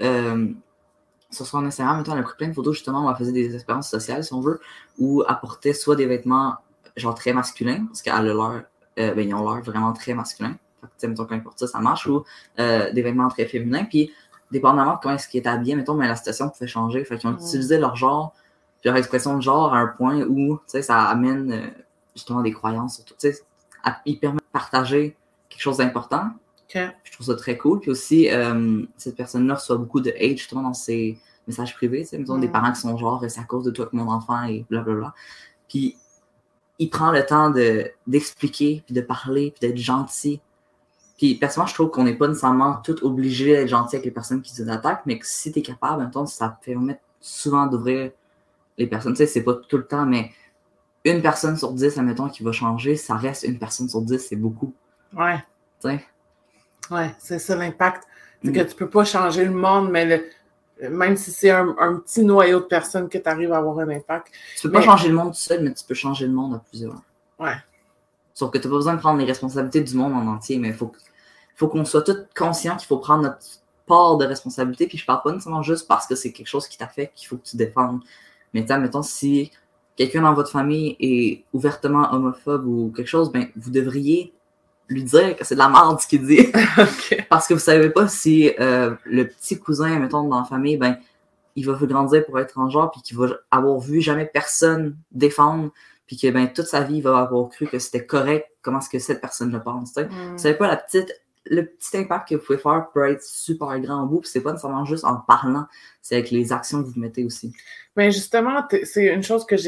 sur son Instagram, admettons, elle a pris plein de photos justement où elle faisait des expériences sociales, si on veut, où elle portait soit des vêtements genre très masculins, parce qu'elle a l'air, ils ont l'air vraiment très masculins. Fait que, mettons, quand ils portent ça, ça marche, ou des vêtements très féminins, puis dépendamment de comment est-ce qu'ils étaient habillés, mettons, mais la situation pouvait changer. Fait qu'ils ont utilisé leur genre, puis leur expression de genre à un point où, tu sais, ça amène justement des croyances, surtout, tu sais, ils permettent de partager quelque chose d'important. Okay. Je trouve ça très cool. Puis aussi, cette personne-là reçoit beaucoup de hate justement dans ses messages privés, tu sais, mettons, des parents qui sont genre, c'est à cause de toi que mon enfant est blablabla. Puis il prend le temps d'expliquer, puis de parler, puis d'être gentil. Puis personnellement, je trouve qu'on n'est pas nécessairement tout obligé d'être gentil avec les personnes qui nous attaquent, mais que si tu es capable, mettons, ça permet souvent d'ouvrir les personnes. Tu sais, c'est pas tout le temps, mais une personne sur 10, admettons, qui va changer, ça reste une personne sur 10, c'est beaucoup. Ouais. Tu sais? Ouais, c'est ça l'impact. C'est que tu peux pas changer le monde, mais même si c'est un petit noyau de personnes que tu arrives à avoir un impact. Tu peux pas changer le monde tout seul, mais tu peux changer le monde à plusieurs. Ouais. Sauf que tu n'as pas besoin de prendre les responsabilités du monde en entier, mais il faut qu'on soit tous conscients qu'il faut prendre notre part de responsabilité. Puis je parle pas nécessairement juste parce que c'est quelque chose qui t'affecte qu'il faut que tu défendes. Mais mettons, si quelqu'un dans votre famille est ouvertement homophobe ou quelque chose, ben vous devriez lui dire que c'est de la merde ce qu'il dit. Okay. Parce que vous savez pas si le petit cousin, mettons, dans la famille, ben il va grandir pour être transgenre puis qu'il va avoir vu jamais personne défendre puis que ben toute sa vie il va avoir cru que c'était correct comment est-ce que cette personne le pense. Vous savez pas le petit impact que vous pouvez faire peut être super grand au bout, puis c'est pas nécessairement juste en parlant, c'est avec les actions que vous mettez aussi. Mais justement, c'est une chose que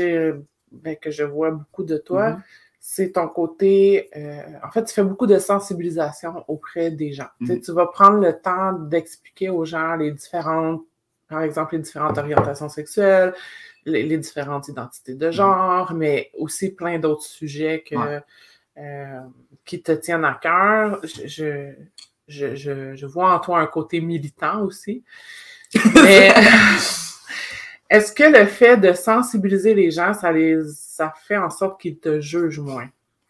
je vois beaucoup de toi, c'est ton côté, en fait, tu fais beaucoup de sensibilisation auprès des gens. Tu vas prendre le temps d'expliquer aux gens les différentes par exemple, les différentes orientations sexuelles, les différentes identités de genre, mais aussi plein d'autres sujets qui te tiennent à cœur. Je vois en toi un côté militant aussi. Mais est-ce que le fait de sensibiliser les gens, ça fait en sorte qu'ils te jugent moins?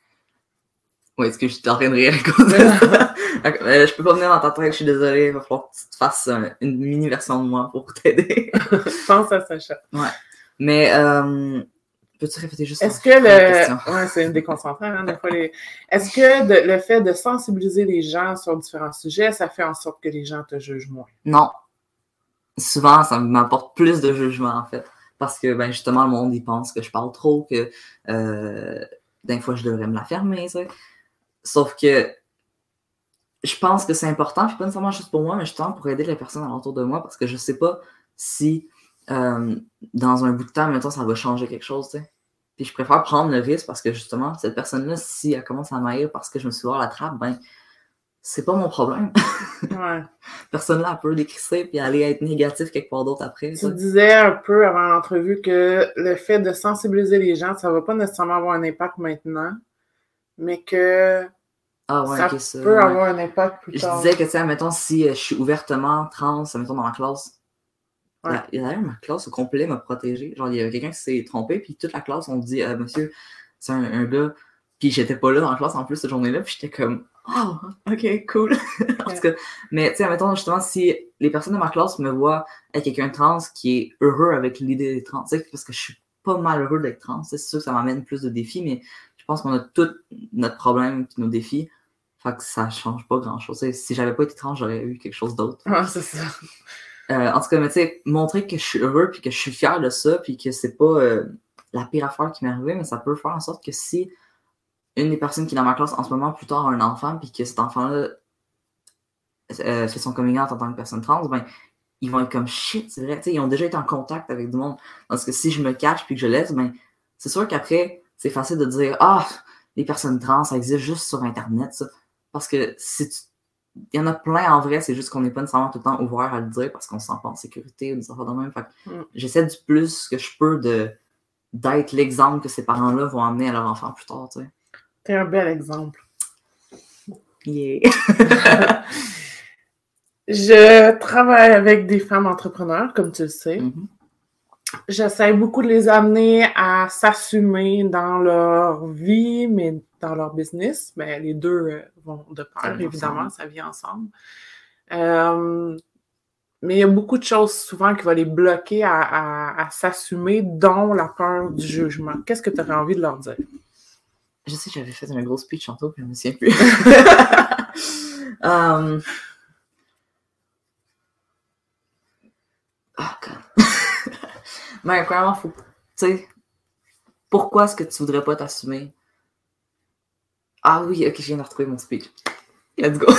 Oui, est-ce que je suis en train de rire à cause de ça? Je peux pas venir dans ta tête, je suis désolée. Il va falloir que tu te fasses une mini version de moi pour t'aider. Pense à Sacha. Ouais. Mais, peux-tu répéter juste est-ce que ouais, c'est une déconcentrante, hein, des fois. Est-ce que le fait de sensibiliser les gens sur différents sujets, ça fait en sorte que les gens te jugent moins? Non. Souvent, ça m'apporte plus de jugement, en fait. Parce que, ben, justement, le monde, il pense que je parle trop, que des fois, je devrais me la fermer, tu sais. Sauf que je pense que c'est important, puis pas nécessairement juste pour moi, mais justement pour aider les personnes alentour de moi, parce que je sais pas si dans un bout de temps, mettons, ça va changer quelque chose, tu sais. Puis je préfère prendre le risque parce que justement, cette personne-là, si elle commence à m'haïr parce que je me suis ouvert la trappe, ben, c'est pas mon problème. Ouais. Personne-là, elle peut décrisser puis aller être négatif quelque part d'autre après. Tu disais un peu avant l'entrevue que le fait de sensibiliser les gens, ça va pas nécessairement avoir un impact maintenant, mais que ça peut avoir un impact plus tard. Je disais que, tu sais, mettons, si je suis ouvertement trans, mettons, dans ma classe, ouais. D'ailleurs, ma classe au complet m'a protégée. Genre, il y avait quelqu'un qui s'est trompé, puis toute la classe, on dit, monsieur, c'est un gars. Puis j'étais pas là dans la classe en plus cette journée-là, puis j'étais comme, oh, ok, cool. En tout cas, mais tu sais, mettons, justement, si les personnes de ma classe me voient être quelqu'un de trans qui est heureux avec l'idée d'être trans, tu sais, parce que je suis pas mal heureux d'être trans, c'est sûr que ça m'amène plus de défis, mais je pense qu'on a tous notre problème et nos défis. Fait que ça change pas grand-chose. T'sais, si j'avais pas été trans, j'aurais eu quelque chose d'autre. Ah, c'est ça. En tout cas, mais tu sais, montrer que je suis heureux puis que je suis fier de ça puis que c'est pas la pire affaire qui m'est arrivée, mais ça peut faire en sorte que si une des personnes qui est dans ma classe en ce moment plus tard a un enfant puis que cet enfant-là fait son coming out en tant que personne trans, ben ils vont être comme shit, c'est vrai, tu sais, ils ont déjà été en contact avec du monde. Parce que si je me cache puis que je laisse, ben c'est sûr qu'après, c'est facile de dire les personnes trans, ça existe juste sur Internet, ça. Parce que si tu il y en a plein en vrai, c'est juste qu'on n'est pas nécessairement tout le temps ouvert à le dire parce qu'on se sent pas en sécurité ou des affaires de même. Fait j'essaie du plus que je peux d'être l'exemple que ces parents-là vont amener à leur enfant plus tard, tu sais. T'es un bel exemple. Yeah! Je travaille avec des femmes entrepreneurs, comme tu le sais. Mm-hmm. J'essaie beaucoup de les amener à s'assumer dans leur vie, mais dans leur business. Ben, les deux vont de pair, évidemment, ça vient ensemble. Mais il y a beaucoup de choses souvent qui vont les bloquer à s'assumer, dont la peur du jugement. Qu'est-ce que tu aurais envie de leur dire? Je sais que j'avais fait un gros speech tantôt, puis je me souviens plus. Oh, God. Mais premièrement, faut, tu sais, pourquoi est-ce que tu voudrais pas t'assumer? Ah oui, ok, je viens de retrouver mon speech. Let's go.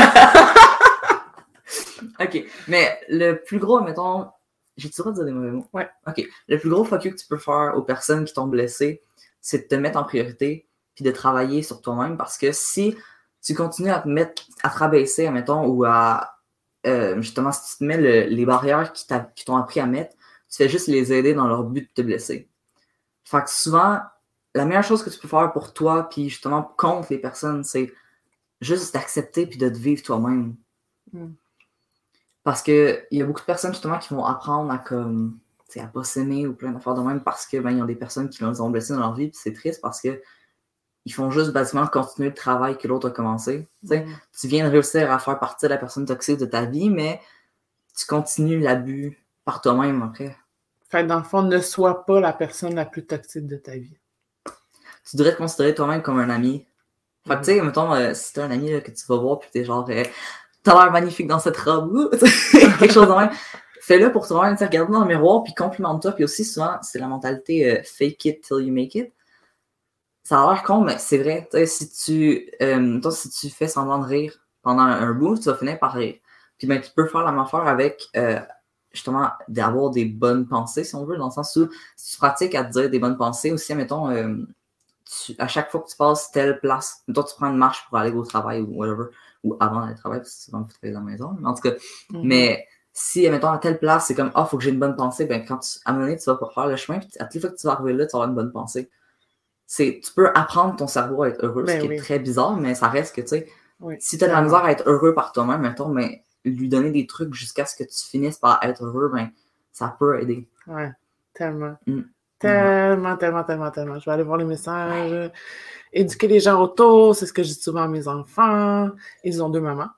Ok, mais le plus gros, mettons, j'ai-tu le droit de dire des mauvais mots? Ouais. Ok, le plus gros fuck you que tu peux faire aux personnes qui t'ont blessé, c'est de te mettre en priorité puis de travailler sur toi-même parce que si tu continues à te rabaisser, admettons, ou à justement, si tu te mets les barrières qui t'ont appris à mettre, tu fais juste les aider dans leur but de te blesser. Fait que souvent, la meilleure chose que tu peux faire pour toi puis justement contre les personnes, c'est juste d'accepter puis de te vivre toi-même. Parce qu'il y a beaucoup de personnes justement qui vont apprendre à comme à pas s'aimer ou plein d'affaires de même parce que ben, y a des personnes qui les ont blessés dans leur vie, puis c'est triste parce que ils font juste basiquement continuer le travail que l'autre a commencé. Tu viens de réussir à faire partie de la personne toxique de ta vie, mais tu continues l'abus par toi-même après. Fait dans le fond, ne sois pas la personne la plus toxique de ta vie. Tu devrais te considérer toi-même comme un ami. Fait que tu sais, mettons, si t'as un ami là, que tu vas voir puis t'es genre t'as l'air magnifique dans cette robe, quelque chose de même. Fais-le pour toi-même, regarde dans le miroir, puis complimente-toi. Puis aussi, souvent, c'est la mentalité fake it till you make it. Ça a l'air con, mais c'est vrai. Si tu fais semblant de rire pendant un bout, tu vas finir par rire. Puis ben, tu peux faire la même affaire avec, justement, d'avoir des bonnes pensées, si on veut, dans le sens où si tu pratiques à te dire des bonnes pensées, aussi, mettons, à chaque fois que tu passes telle place, mettons, tu prends une marche pour aller au travail ou whatever, ou avant d'aller au travail, parce que c'est vraiment travailler dans la maison. Mais en tout cas, mais si, admettons, à telle place, c'est comme, faut que j'ai une bonne pensée, ben, à un moment donné, tu vas pas faire le chemin, puis à toutes les fois que tu vas arriver là, tu vas avoir une bonne pensée. Tu peux apprendre ton cerveau à être heureux, ce qui est très bizarre, mais ça reste que, tu sais, si tu as de la misère à être heureux par toi-même, mettons, mais lui donner des trucs jusqu'à ce que tu finisses par être heureux, ben, ça peut aider. Ouais, tellement. Tellement. Je vais aller voir les messages. Éduquer les gens autour, c'est ce que je dis souvent à mes enfants. Ils ont 2 mamans.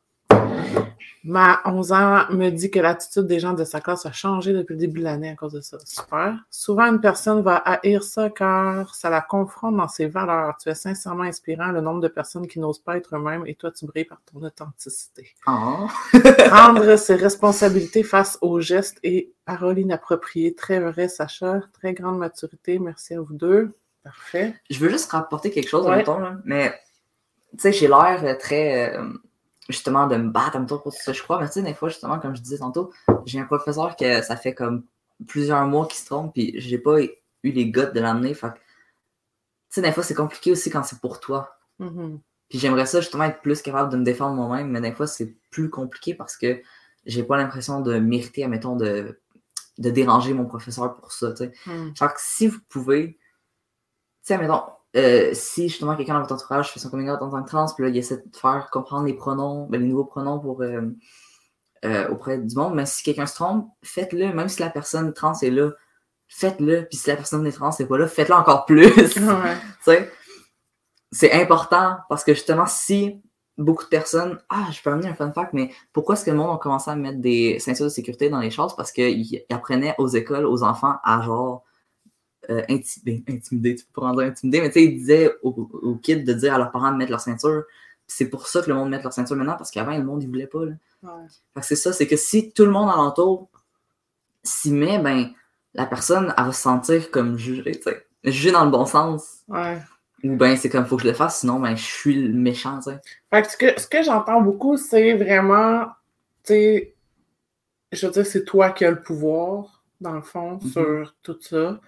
Ma 11 ans me dit que l'attitude des gens de sa classe a changé depuis le début de l'année à cause de ça. Super. Souvent, une personne va haïr ça car ça la confronte dans ses valeurs. Tu es sincèrement inspirant, le nombre de personnes qui n'osent pas être eux-mêmes et toi, tu brilles par ton authenticité. Prendre ses responsabilités face aux gestes et paroles inappropriées. Très vrai, Sacha. Très grande maturité. Merci à vous deux. Parfait. Je veux juste rapporter quelque chose, mettons, là, mais tu sais, j'ai l'air très... justement, de me battre pour tout ça, je crois. Mais tu sais, des fois, justement, comme je disais tantôt, j'ai un professeur que ça fait comme plusieurs mois qu'il se trompe, puis j'ai pas eu les guts de l'amener. Fait que, tu sais, des fois, c'est compliqué aussi quand c'est pour toi. Puis j'aimerais ça, justement, être plus capable de me défendre moi-même, mais des fois, c'est plus compliqué parce que j'ai pas l'impression de mériter, admettons, de déranger mon professeur pour ça, tu sais. Fait que si vous pouvez, tu sais, admettons, si justement quelqu'un dans votre entourage fait son coming out en tant que trans, puis là, il essaie de faire comprendre les pronoms, les nouveaux pronoms pour auprès du monde, mais si quelqu'un se trompe, faites-le, même si la personne trans est là, faites-le, puis si la personne est trans n'est pas là, faites-le encore plus. Tu sais, c'est important parce que justement, si beaucoup de personnes, je peux amener un fun fact, mais pourquoi est-ce que le monde a commencé à mettre des ceintures de sécurité dans les choses? Parce qu'ils apprenaient aux écoles, aux enfants à genre intimider, tu peux prendre intimider, mais tu sais, ils disaient aux kids de dire à leurs parents de mettre leur ceinture. C'est pour ça que le monde met leur ceinture maintenant, parce qu'avant, le monde, il voulait pas. Là. Fait que c'est ça, c'est que si tout le monde alentour s'y met, ben, la personne, elle va se sentir comme jugée, tu sais. Jugée dans le bon sens. Ou ben, c'est comme, faut que je le fasse, sinon, ben, je suis le méchant, tu sais. Fait que ce que j'entends beaucoup, c'est vraiment, tu sais, je veux dire, c'est toi qui as le pouvoir, dans le fond, sur tout ça.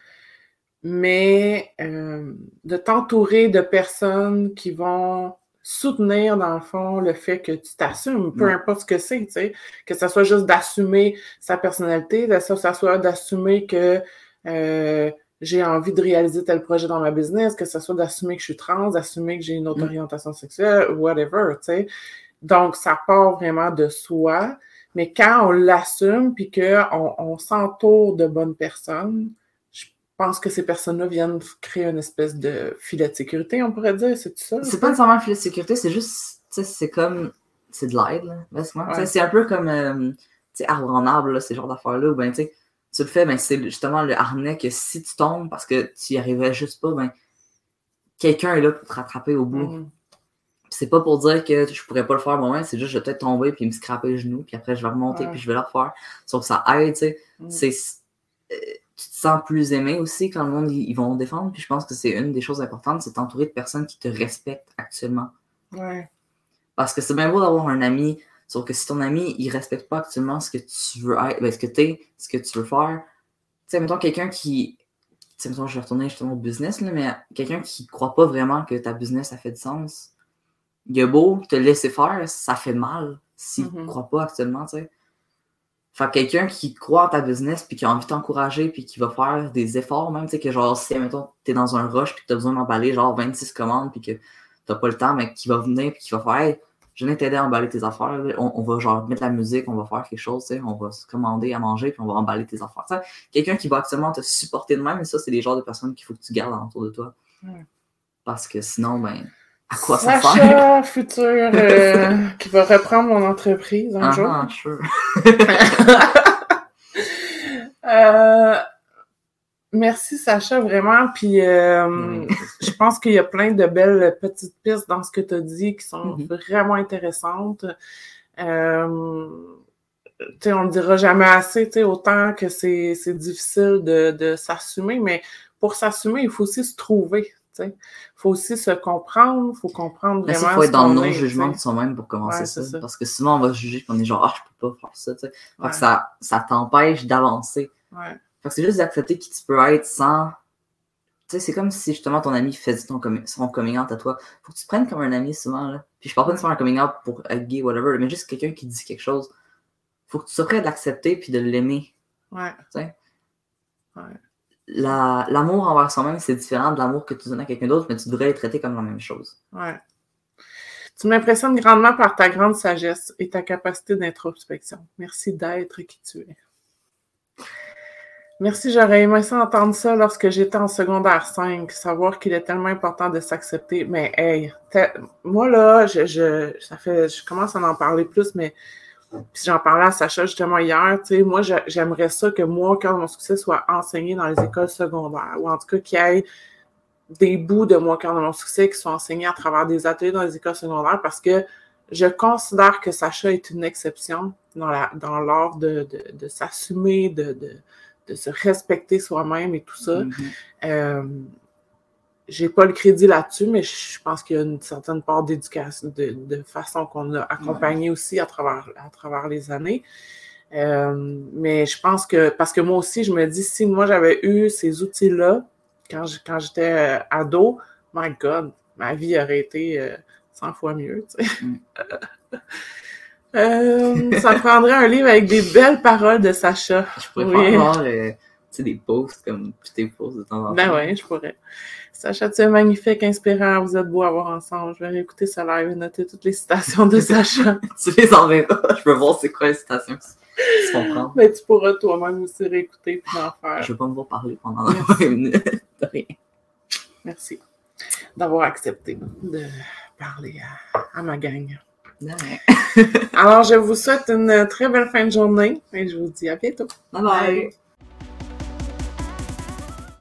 Mais de t'entourer de personnes qui vont soutenir, dans le fond, le fait que tu t'assumes, peu importe ce que c'est, tu sais, que ça soit juste d'assumer sa personnalité, que ça soit d'assumer que j'ai envie de réaliser tel projet dans ma business, que ça soit d'assumer que je suis trans, d'assumer que j'ai une autre orientation sexuelle, whatever, tu sais. Donc, ça part vraiment de soi, mais quand on l'assume puis qu'on s'entoure de bonnes personnes, je pense que ces personnes-là viennent créer une espèce de filet de sécurité, on pourrait dire, c'est tout ça? C'est pas nécessairement un filet de sécurité, c'est juste, tu sais, c'est comme, c'est de l'aide, là, basiquement. C'est un peu comme, tu sais, arbre en arbre, là, ces genres d'affaires-là, où ben, tu sais, tu le fais, ben, c'est justement le harnais que si tu tombes parce que tu y arrivais juste pas, ben, quelqu'un est là pour te rattraper au bout. C'est pas pour dire que je pourrais pas le faire moi-même, c'est juste je vais peut-être tomber puis me scraper le genou, puis après je vais remonter puis je vais le refaire. Sauf que ça aide, tu sais. Tu te sens plus aimé aussi quand le monde ils vont défendre. Puis je pense que c'est une des choses importantes, c'est t'entourer de personnes qui te respectent actuellement. Parce que c'est bien beau d'avoir un ami, sauf que si ton ami il respecte pas actuellement ce que tu veux être, ben, ce que t'es, ce que tu veux faire, tu sais, mettons quelqu'un qui, tu sais, mettons je vais retourner justement au business, là, mais quelqu'un qui croit pas vraiment que ta business ça fait du sens, il a beau te laisser faire, ça fait mal s'il ne croit pas actuellement, tu sais. Fait que quelqu'un qui croit en ta business puis qui a envie de t'encourager puis qui va faire des efforts même, tu sais, que genre, si, mettons, t'es dans un rush puis que t'as besoin d'emballer genre 26 commandes puis que t'as pas le temps, mais qui va venir puis qui va faire, hey, je viens t'aider à emballer tes affaires, on va genre mettre la musique, on va faire quelque chose, tu sais, on va se commander à manger puis on va emballer tes affaires, tu sais. Quelqu'un qui va actuellement te supporter de même, et ça, c'est les genres de personnes qu'il faut que tu gardes autour de toi. Parce que sinon, ben, à quoi ça sert? Sacha, futur, qui va reprendre mon entreprise un jour. Sure. Merci Sacha, vraiment. Puis je pense qu'il y a plein de belles petites pistes dans ce que tu as dit qui sont vraiment intéressantes. Tu sais, on ne le dira jamais assez, tu sais, autant que c'est difficile de s'assumer, mais pour s'assumer, il faut aussi se trouver. Il faut aussi se comprendre, il faut comprendre vraiment. Il faut être dans le non-jugement de soi-même pour commencer ça. Parce que souvent, on va se juger qu'on est genre, je peux pas faire ça. Fait que ça t'empêche d'avancer. Fait que c'est juste d'accepter qui tu peux être sans. Tu sais, c'est comme si justement ton ami faisait son coming out à toi. Faut que tu te prennes comme un ami souvent. Là. Puis je parle pas de faire un coming out pour être gay, whatever, mais juste quelqu'un qui dit quelque chose. faut que tu sois prêt à l'accepter puis de l'aimer. Ouais. Tu sais? Ouais. L'amour envers soi-même, c'est différent de l'amour que tu donnes à quelqu'un d'autre, mais tu devrais le traiter comme la même chose. Ouais. Tu m'impressionnes grandement par ta grande sagesse et ta capacité d'introspection. Merci d'être qui tu es. Merci, j'aurais aimé ça entendre ça lorsque j'étais en secondaire 5, savoir qu'il est tellement important de s'accepter. Mais hey, moi là, je commence à en parler plus, mais puis j'en parlais à Sacha justement hier, tu sais, moi j'aimerais ça que moi, au cœur de mon succès, soit enseigné dans les écoles secondaires, ou en tout cas qu'il y ait des bouts de moi, au cœur de mon succès, qui soient enseignés à travers des ateliers dans les écoles secondaires, parce que je considère que Sacha est une exception dans l'art de s'assumer, de se respecter soi-même et tout ça. J'ai pas le crédit là-dessus, mais je pense qu'il y a une certaine part d'éducation, de façon qu'on a accompagné aussi à travers les années. Mais je pense que, parce que moi aussi, je me dis, si moi j'avais eu ces outils-là quand j'étais ado, my God, ma vie aurait été 100 fois mieux, tu sais. Ça prendrait un livre avec des belles paroles de Sacha. Je pourrais faire des posts comme tes posts de temps en temps. Ben oui, je pourrais. Sacha, tu es magnifique, inspirant, vous êtes beaux à voir ensemble. Je vais réécouter ce live et noter toutes les citations de Sacha. Tu les enverras. Je veux voir c'est quoi les citations. Tu comprends? Mais tu pourras toi-même aussi réécouter et en faire. Je vais pas me voir parler pendant 20 minutes. De rien. Merci d'avoir accepté de parler à ma gang. Alors, je vous souhaite une très belle fin de journée et je vous dis à bientôt. Bye bye!